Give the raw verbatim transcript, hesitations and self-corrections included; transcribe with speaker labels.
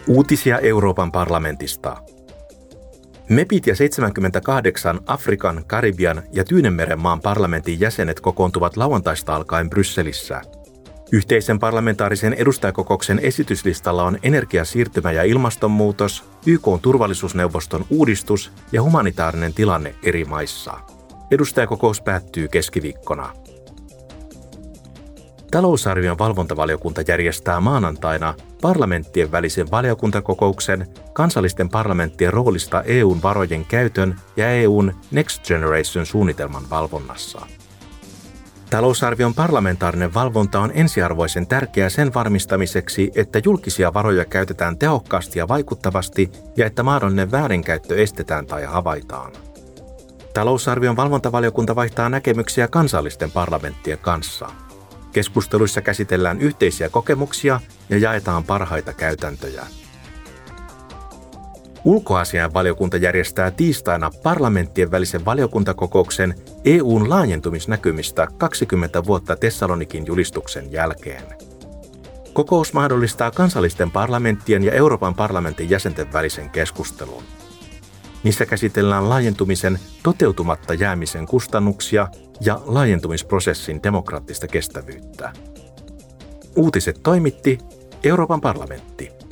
Speaker 1: Uutisia Euroopan parlamentista. MEPit ja seitsemänkymmentäkahdeksan Afrikan, Karibian ja Tyynenmeren maan parlamentin jäsenet kokoontuvat lauantaista alkaen Brysselissä. Yhteisen parlamentaarisen edustajakokouksen esityslistalla on energiasiirtymä ja ilmastonmuutos, Y K:n turvallisuusneuvoston uudistus ja humanitaarinen tilanne eri maissa. Edustajakokous päättyy keskiviikkona. Talousarvion valvontavaliokunta järjestää maanantaina parlamenttien välisen valiokuntakokouksen kansallisten parlamenttien roolista E U:n varojen käytön ja E U:n Next Generation-suunnitelman valvonnassa. Talousarvion parlamentaarinen valvonta on ensiarvoisen tärkeää sen varmistamiseksi, että julkisia varoja käytetään tehokkaasti ja vaikuttavasti ja että mahdollinen väärinkäyttö estetään tai havaitaan. Talousarvion valvontavaliokunta vaihtaa näkemyksiä kansallisten parlamenttien kanssa. Keskusteluissa käsitellään yhteisiä kokemuksia ja jaetaan parhaita käytäntöjä. Ulkoasiainvaliokunta järjestää tiistaina parlamenttien välisen valiokuntakokouksen E U:n laajentumisnäkymistä kaksikymmentä vuotta Thessalonikin julistuksen jälkeen. Kokous mahdollistaa kansallisten parlamenttien ja Euroopan parlamentin jäsenten välisen keskustelun. Niissä käsitellään laajentumisen toteutumatta jäämisen kustannuksia ja laajentumisprosessin demokraattista kestävyyttä. Uutiset toimitti Euroopan parlamentti.